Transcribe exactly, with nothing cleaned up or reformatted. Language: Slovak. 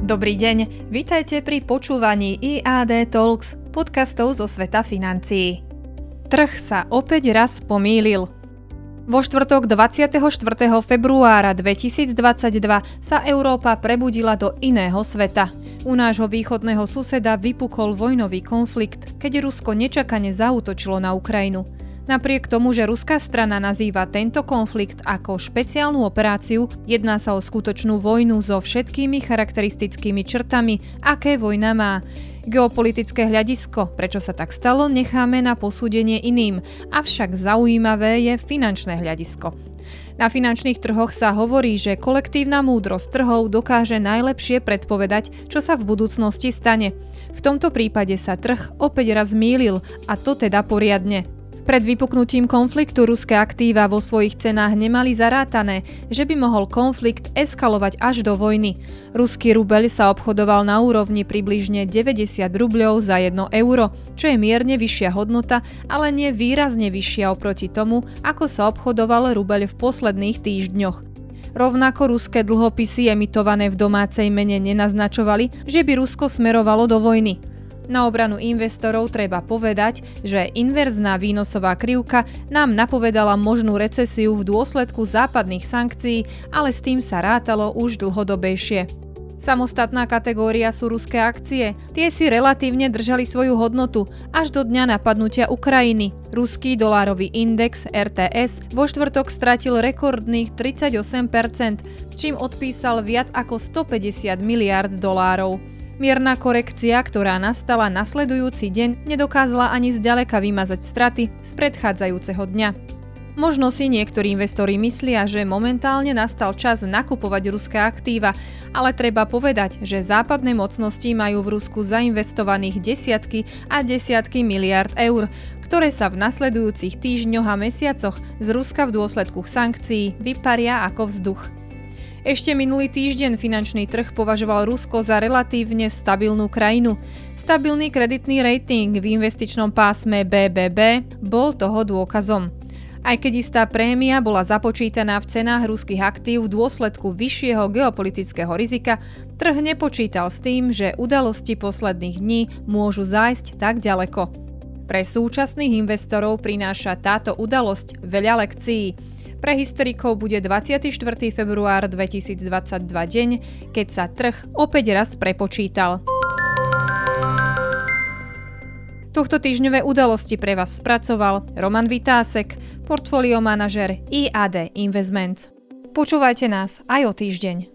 Dobrý deň, vitajte pri počúvaní í á dé Talks, podcastov zo sveta financií. Trh sa opäť raz pomýlil. Vo štvrtok dvadsiateho štvrtého februára dvetisícdvadsaťdva sa Európa prebudila do iného sveta. U nášho východného suseda vypukol vojnový konflikt, keď Rusko nečakane zaútočilo na Ukrajinu. Napriek tomu, že ruská strana nazýva tento konflikt ako špeciálnu operáciu, jedná sa o skutočnú vojnu so všetkými charakteristickými črtami, aké vojna má. Geopolitické hľadisko, prečo sa tak stalo, necháme na posúdenie iným, avšak zaujímavé je finančné hľadisko. Na finančných trhoch sa hovorí, že kolektívna múdrosť trhov dokáže najlepšie predpovedať, čo sa v budúcnosti stane. V tomto prípade sa trh opäť raz mýlil, a to teda poriadne. Pred vypuknutím konfliktu ruské aktíva vo svojich cenách nemali zarátané, že by mohol konflikt eskalovať až do vojny. Ruský rubeľ sa obchodoval na úrovni približne deväťdesiat rubľov za jedno euro, čo je mierne vyššia hodnota, ale nie výrazne vyššia oproti tomu, ako sa obchodoval rubeľ v posledných týždňoch. Rovnako ruské dlhopisy emitované v domácej mene nenaznačovali, že by Rusko smerovalo do vojny. Na obranu investorov treba povedať, že inverzná výnosová krivka nám napovedala možnú recesiu v dôsledku západných sankcií, ale s tým sa rátalo už dlhodobejšie. Samostatná kategória sú ruské akcie. Tie si relatívne držali svoju hodnotu až do dňa napadnutia Ukrajiny. Ruský dolárový index er té es vo štvrtok stratil rekordných tridsaťosem percent, čím odpísal viac ako stopäťdesiat miliárd dolárov. Mierna korekcia, ktorá nastala nasledujúci deň, nedokázala ani zďaleka vymazať straty z predchádzajúceho dňa. Možno si niektorí investori myslia, že momentálne nastal čas nakupovať ruské aktíva, ale treba povedať, že západné mocnosti majú v Rusku zainvestovaných desiatky a desiatky miliárd eur, ktoré sa v nasledujúcich týždňoch a mesiacoch z Ruska v dôsledku sankcií vyparia ako vzduch. Ešte minulý týždeň finančný trh považoval Rusko za relatívne stabilnú krajinu. Stabilný kreditný rating v investičnom pásme bé bé bé bol toho dôkazom. Aj keď istá prémia bola započítaná v cenách ruských aktív v dôsledku vyššieho geopolitického rizika, trh nepočítal s tým, že udalosti posledných dní môžu zájsť tak ďaleko. Pre súčasných investorov prináša táto udalosť veľa lekcií. Pre historikov bude dvadsiateho štvrtého február dvetisícdvadsaťdva deň, keď sa trh opäť raz prepočítal. Tohto týždňové udalosti pre vás spracoval Roman Vitásek, portfólio manažer í á dé Investments. Počúvajte nás aj o týždeň.